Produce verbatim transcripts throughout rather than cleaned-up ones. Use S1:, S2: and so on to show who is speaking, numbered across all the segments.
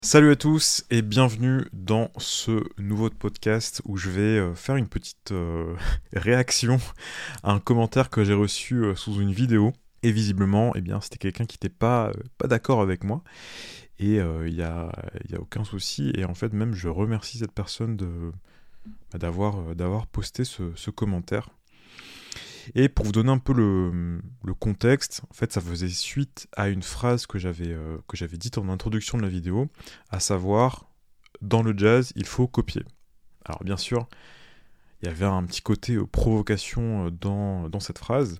S1: Salut à tous et bienvenue dans ce nouveau podcast où je vais euh, faire une petite euh, réaction à un commentaire que j'ai reçu euh, sous une vidéo. Et visiblement, eh bien, c'était quelqu'un qui n'était pas, euh, pas d'accord avec moi. Et il euh, n'y a, y a aucun souci. Et en fait, même, je remercie cette personne de, bah, d'avoir, euh, d'avoir posté ce, ce commentaire. Et pour vous donner un peu le, le contexte, en fait, ça faisait suite à une phrase que j'avais, euh, que j'avais dite en introduction de la vidéo, à savoir, dans le jazz, il faut copier. Alors bien sûr, il y avait un petit côté euh, provocation euh, dans, dans cette phrase,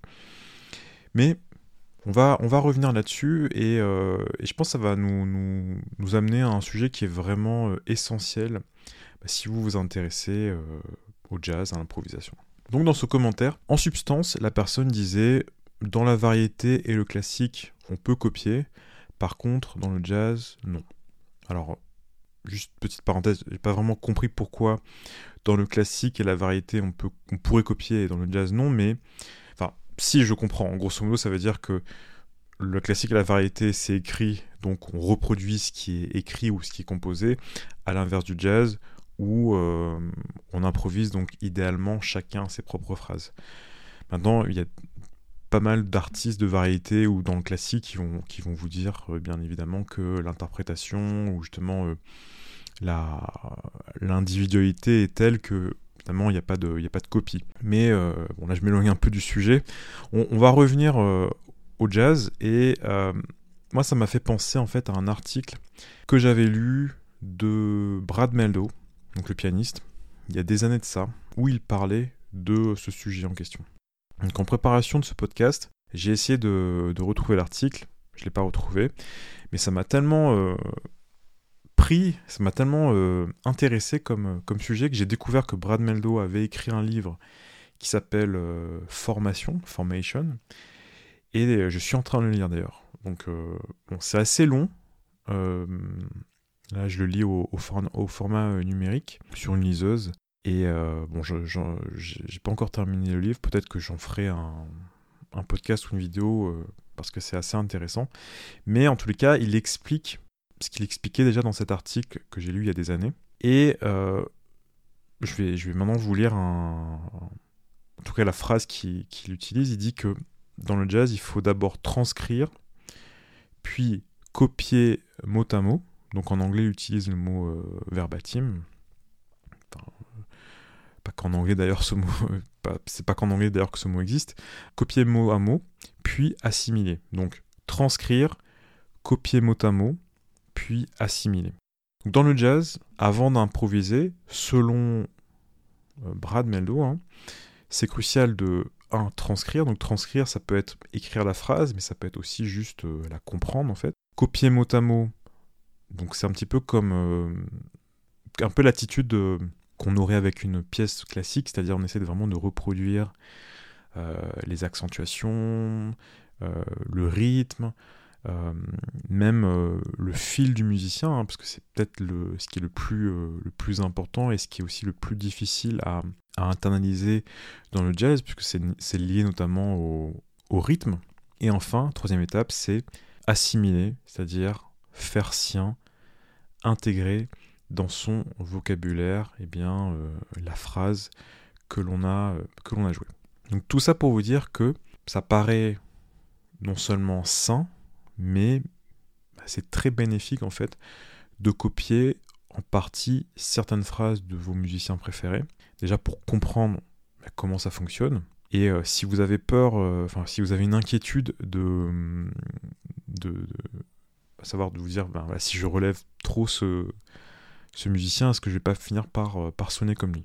S1: mais on va, on va revenir là-dessus, et, euh, et je pense que ça va nous, nous, nous amener à un sujet qui est vraiment euh, essentiel bah, si vous vous intéressez euh, au jazz, à l'improvisation. Donc dans ce commentaire, en substance, la personne disait « Dans la variété et le classique, on peut copier. Par contre, dans le jazz, non. » Alors, juste petite parenthèse, j'ai pas vraiment compris pourquoi dans le classique et la variété, on, peut, on pourrait copier et dans le jazz, non, mais... Enfin, si, je comprends. En grosso modo, ça veut dire que le classique et la variété, c'est écrit, donc on reproduit ce qui est écrit ou ce qui est composé, à l'inverse du jazz, où euh, on improvise donc idéalement chacun ses propres phrases. Maintenant, il y a pas mal d'artistes de variété ou dans le classique qui vont, qui vont vous dire euh, bien évidemment que l'interprétation ou justement euh, la, l'individualité est telle que finalement il n'y a pas de, il y a pas de copie. Mais euh, bon, là je m'éloigne un peu du sujet. On, on va revenir euh, au jazz et euh, moi ça m'a fait penser en fait à un article que j'avais lu de Brad Mehldau, donc le pianiste, il y a des années de ça, où il parlait de ce sujet en question. Donc en préparation de ce podcast, j'ai essayé de, de retrouver l'article, je ne l'ai pas retrouvé, mais ça m'a tellement euh, pris, ça m'a tellement euh, intéressé comme, comme sujet que j'ai découvert que Brad Mehldau avait écrit un livre qui s'appelle euh, Formation, Formation, et je suis en train de le lire d'ailleurs. Donc euh, bon, c'est assez long, euh, là je le lis au, au, for- au format euh, numérique, sur une liseuse, et euh, bon, je, je, j'ai pas encore terminé le livre, peut-être que j'en ferai un, un podcast ou une vidéo, euh, parce que c'est assez intéressant. Mais en tous les cas, il explique ce qu'il expliquait déjà dans cet article que j'ai lu il y a des années. Et euh, je, vais, je vais maintenant vous lire un, en tout cas la phrase qu'il, qu'il utilise. Il dit que dans le jazz, il faut d'abord transcrire, puis copier mot à mot. Donc en anglais, il utilise le mot euh, verbatim. Enfin, pas qu'en anglais d'ailleurs ce mot, pas, c'est pas qu'en anglais d'ailleurs que ce mot existe. Copier mot à mot, puis assimiler. Donc transcrire, copier mot à mot, puis assimiler. Donc, dans le jazz, avant d'improviser, selon euh, Brad Mehldau, hein, c'est crucial de un, transcrire. Donc transcrire, ça peut être écrire la phrase, mais ça peut être aussi juste euh, la comprendre en fait. Copier mot à mot, donc c'est un petit peu comme euh, un peu l'attitude de, qu'on aurait avec une pièce classique, c'est-à-dire on essaie de vraiment de reproduire euh, les accentuations, euh, le rythme, euh, même euh, le fil du musicien, hein, parce que c'est peut-être le, ce qui est le plus, euh, le plus important et ce qui est aussi le plus difficile à, à internaliser dans le jazz, puisque c'est, c'est lié notamment au, au rythme. Et enfin, troisième étape, c'est assimiler, c'est-à-dire faire sien, intégrer dans son vocabulaire eh bien, euh, la phrase que l'on a, euh, que l'on a jouée. Donc tout ça pour vous dire que ça paraît non seulement sain, mais bah, c'est très bénéfique en fait de copier en partie certaines phrases de vos musiciens préférés, déjà pour comprendre bah, comment ça fonctionne. Et euh, si vous avez peur, enfin euh, si vous avez une inquiétude de, de, de à savoir de vous dire, ben, voilà, si je relève trop ce, ce musicien, est-ce que je vais pas finir par, euh, par sonner comme lui ?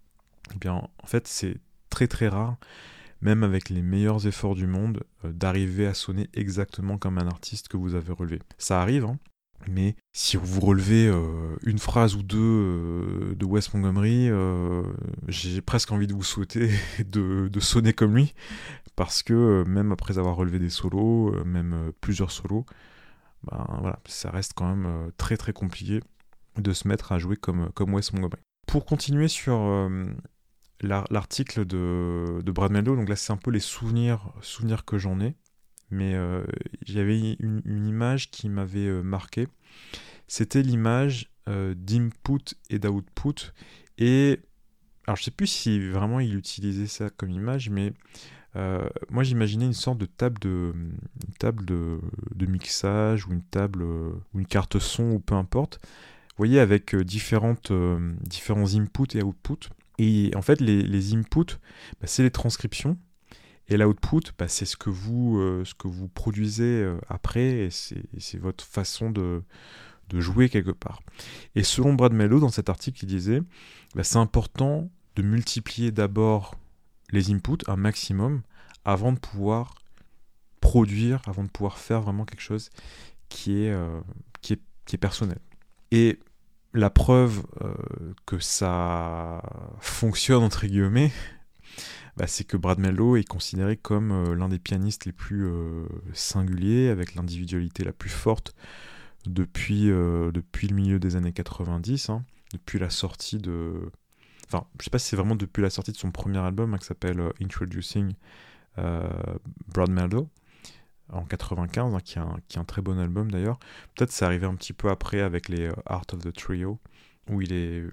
S1: Eh bien, en fait, c'est très très rare, même avec les meilleurs efforts du monde, euh, d'arriver à sonner exactement comme un artiste que vous avez relevé. Ça arrive, hein, mais si vous relevez euh, une phrase ou deux euh, de Wes Montgomery, euh, j'ai presque envie de vous souhaiter de, de sonner comme lui, parce que euh, même après avoir relevé des solos, euh, même euh, plusieurs solos, ben, voilà, ça reste quand même euh, très très compliqué de se mettre à jouer comme, comme Wes Montgomery. Pour continuer sur euh, l'ar- l'article de, de Brad Mehldau, donc là c'est un peu les souvenirs, souvenirs que j'en ai, mais euh, j'avais une, une image qui m'avait euh, marqué, c'était l'image euh, d'input et d'output. Et alors je sais plus si vraiment il utilisait ça comme image, mais euh, moi j'imaginais une sorte de table de, une table de, de mixage ou une table euh, ou une carte son ou peu importe. Vous voyez, avec euh, différentes, euh, différents inputs et outputs. Et en fait, les, les inputs, bah, c'est les transcriptions. Et l'output, bah, c'est ce que vous, euh, ce que vous produisez euh, après. Et c'est, et c'est votre façon de, de jouer quelque part. Et selon Brad Mehldau, dans cet article, il disait bah, c'est important de multiplier d'abord les inputs, un maximum, avant de pouvoir produire, avant de pouvoir faire vraiment quelque chose qui est, euh, qui est, qui est personnel. Et la preuve euh, que ça fonctionne, entre guillemets, bah, c'est que Brad Mehldau est considéré comme euh, l'un des pianistes les plus euh, singuliers, avec l'individualité la plus forte depuis, euh, depuis le milieu des années quatre-vingt-dix, hein, depuis la sortie de... Enfin, je sais pas si c'est vraiment depuis la sortie de son premier album, hein, qui s'appelle euh, Introducing euh, Brad Mehldau, en quatre-vingt-quinze, hein, qui, est un, qui est un très bon album d'ailleurs. Peut-être c'est arrivé un petit peu après avec les euh, Art of the Trio, où il, est,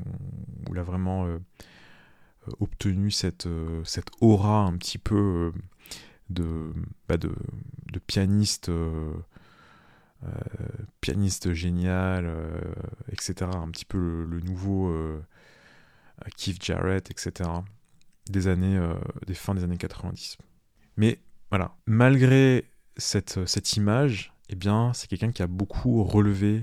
S1: où il a vraiment euh, obtenu cette, euh, cette aura un petit peu euh, de, bah de, de pianiste, euh, euh, pianiste génial, euh, et cetera. Un petit peu le, le nouveau euh, Keith Jarrett, et cetera. Des années, euh, des fins des années quatre-vingt-dix. Mais voilà, malgré cette, cette image, eh bien, c'est quelqu'un qui a beaucoup relevé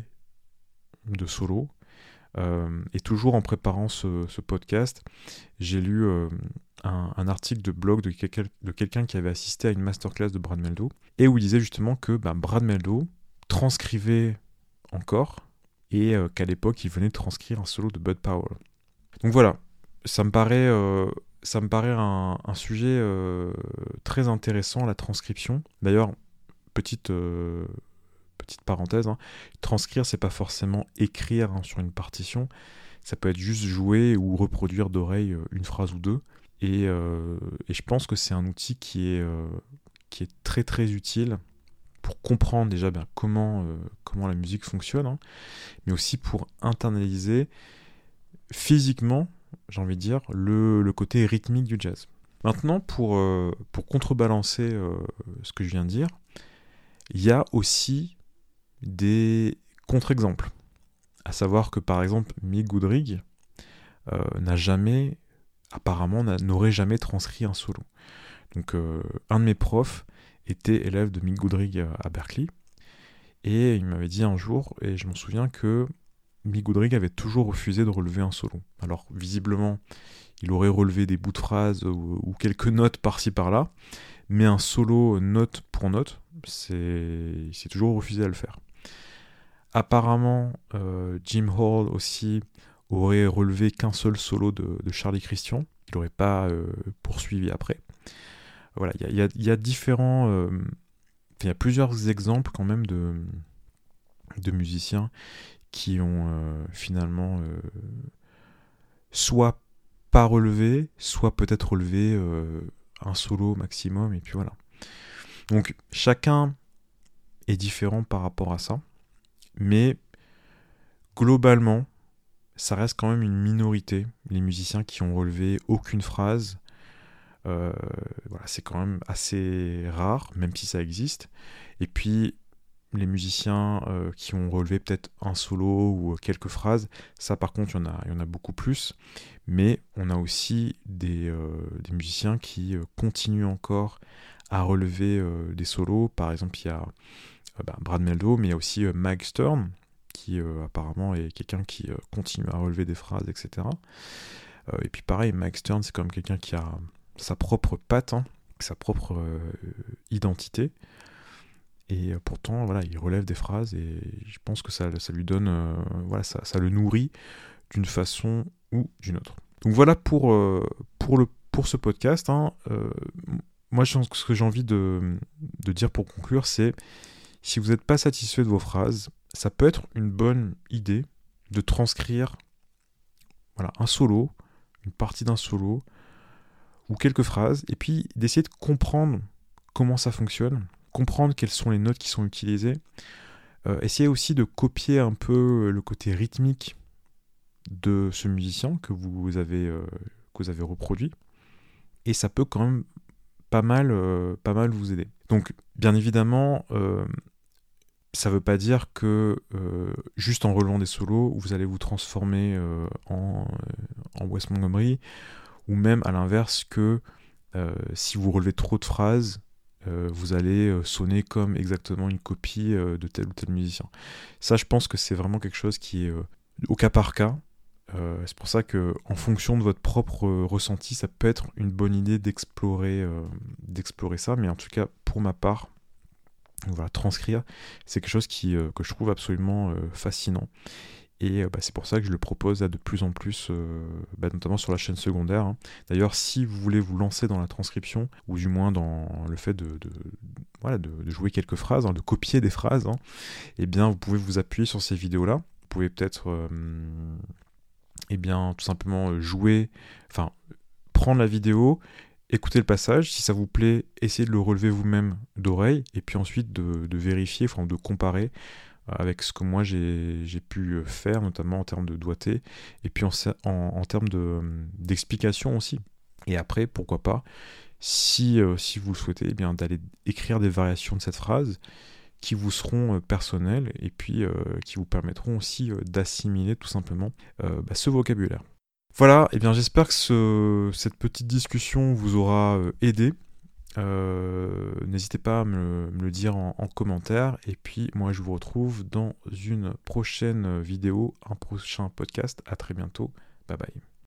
S1: de solo. Euh, et toujours en préparant ce, ce podcast, j'ai lu euh, un, un article de blog de, quel, de quelqu'un qui avait assisté à une masterclass de Brad Mehldau, et où il disait justement que bah, Brad Mehldau transcrivait encore, et euh, qu'à l'époque, il venait de transcrire un solo de Bud Powell. Donc voilà, ça me paraît... Euh, Ça me paraît un, un sujet euh, très intéressant, la transcription. D'ailleurs, petite, euh, petite parenthèse, hein, transcrire, c'est pas forcément écrire hein, sur une partition. Ça peut être juste jouer ou reproduire d'oreille euh, une phrase ou deux. Et, euh, et je pense que c'est un outil qui est, euh, qui est très très utile pour comprendre déjà ben, comment, euh, comment la musique fonctionne, hein, mais aussi pour internaliser physiquement, j'ai envie de dire, le, le côté rythmique du jazz. Maintenant, pour, euh, pour contrebalancer euh, ce que je viens de dire, il y a aussi des contre-exemples. À savoir que, par exemple, Mick Goodrich euh, n'a jamais, apparemment, n'a, n'aurait jamais transcrit un solo. Donc, euh, un de mes profs était élève de Mick Goodrich à Berklee, et il m'avait dit un jour, et je m'en souviens que Mick Goodrich avait toujours refusé de relever un solo. Alors, visiblement, il aurait relevé des bouts de phrases ou, ou quelques notes par-ci par-là, mais un solo note pour note, c'est... il s'est toujours refusé à le faire. Apparemment, euh, Jim Hall aussi aurait relevé qu'un seul solo de, de Charlie Christian. Il n'aurait pas euh, poursuivi après. Voilà, il y, y, y a différents... Euh, il y a plusieurs exemples quand même de, de musiciens qui ont euh, finalement euh, soit pas relevé, soit peut-être relevé euh, un solo au maximum, et puis voilà. Donc chacun est différent par rapport à ça, mais globalement, ça reste quand même une minorité, les musiciens qui ont relevé aucune phrase. Euh, voilà, c'est quand même assez rare, même si ça existe. Et puis les musiciens euh, qui ont relevé peut-être un solo ou quelques phrases, ça par contre il y en a, il y en a beaucoup plus, mais on a aussi des, euh, des musiciens qui euh, continuent encore à relever euh, des solos. Par exemple il y a euh, bah, Brad Mehldau, mais il y a aussi euh, Mike Stern, qui euh, apparemment est quelqu'un qui euh, continue à relever des phrases, et cetera. Euh, et puis pareil, Mike Stern c'est quand même quelqu'un qui a sa propre patte, hein, sa propre euh, identité. Et pourtant, voilà, il relève des phrases et je pense que ça, ça lui donne, euh, voilà, ça, ça le nourrit d'une façon ou d'une autre. Donc voilà pour, euh, pour, le, pour ce podcast. Hein. Euh, moi, je, ce que j'ai envie de, de dire pour conclure, c'est si vous n'êtes pas satisfait de vos phrases, ça peut être une bonne idée de transcrire voilà, un solo, une partie d'un solo ou quelques phrases, et puis d'essayer de comprendre comment ça fonctionne, comprendre quelles sont les notes qui sont utilisées, Euh, essayez aussi de copier un peu le côté rythmique de ce musicien que vous avez, euh, que vous avez reproduit. Et ça peut quand même pas mal, euh, pas mal vous aider. Donc, bien évidemment, euh, ça ne veut pas dire que euh, juste en relevant des solos, vous allez vous transformer euh, en, euh, en Wes Montgomery, ou même à l'inverse que euh, si vous relevez trop de phrases, euh, vous allez euh, sonner comme exactement une copie euh, de tel ou tel musicien. Ça, je pense que c'est vraiment quelque chose qui est euh, au cas par cas. Euh, c'est pour ça que, en fonction de votre propre euh, ressenti, ça peut être une bonne idée d'explorer, euh, d'explorer ça. Mais en tout cas, pour ma part, voilà, transcrire, c'est quelque chose qui, euh, que je trouve absolument euh, fascinant. Et euh, bah, c'est pour ça que je le propose à de plus en plus, euh, bah, notamment sur la chaîne secondaire. Hein. D'ailleurs, si vous voulez vous lancer dans la transcription, ou du moins dans le fait de, de, voilà, de, de jouer quelques phrases, hein, de copier des phrases, hein, eh bien, vous pouvez vous appuyer sur ces vidéos-là. Vous pouvez peut-être... Euh, eh bien, tout simplement jouer, enfin, prendre la vidéo, écouter le passage, si ça vous plaît, essayez de le relever vous-même d'oreille, et puis ensuite de, de vérifier, enfin de comparer avec ce que moi j'ai, j'ai pu faire, notamment en termes de doigté, et puis en, en, en termes de, d'explication aussi. Et après, pourquoi pas, si, euh, si vous le souhaitez, eh bien, d'aller écrire des variations de cette phrase, qui vous seront euh, personnels et puis euh, qui vous permettront aussi euh, d'assimiler tout simplement euh, bah, ce vocabulaire. Voilà, et bien j'espère que ce, cette petite discussion vous aura euh, aidé. Euh, n'hésitez pas à me, me le dire en, en commentaire et puis moi je vous retrouve dans une prochaine vidéo, un prochain podcast. À très bientôt, bye bye.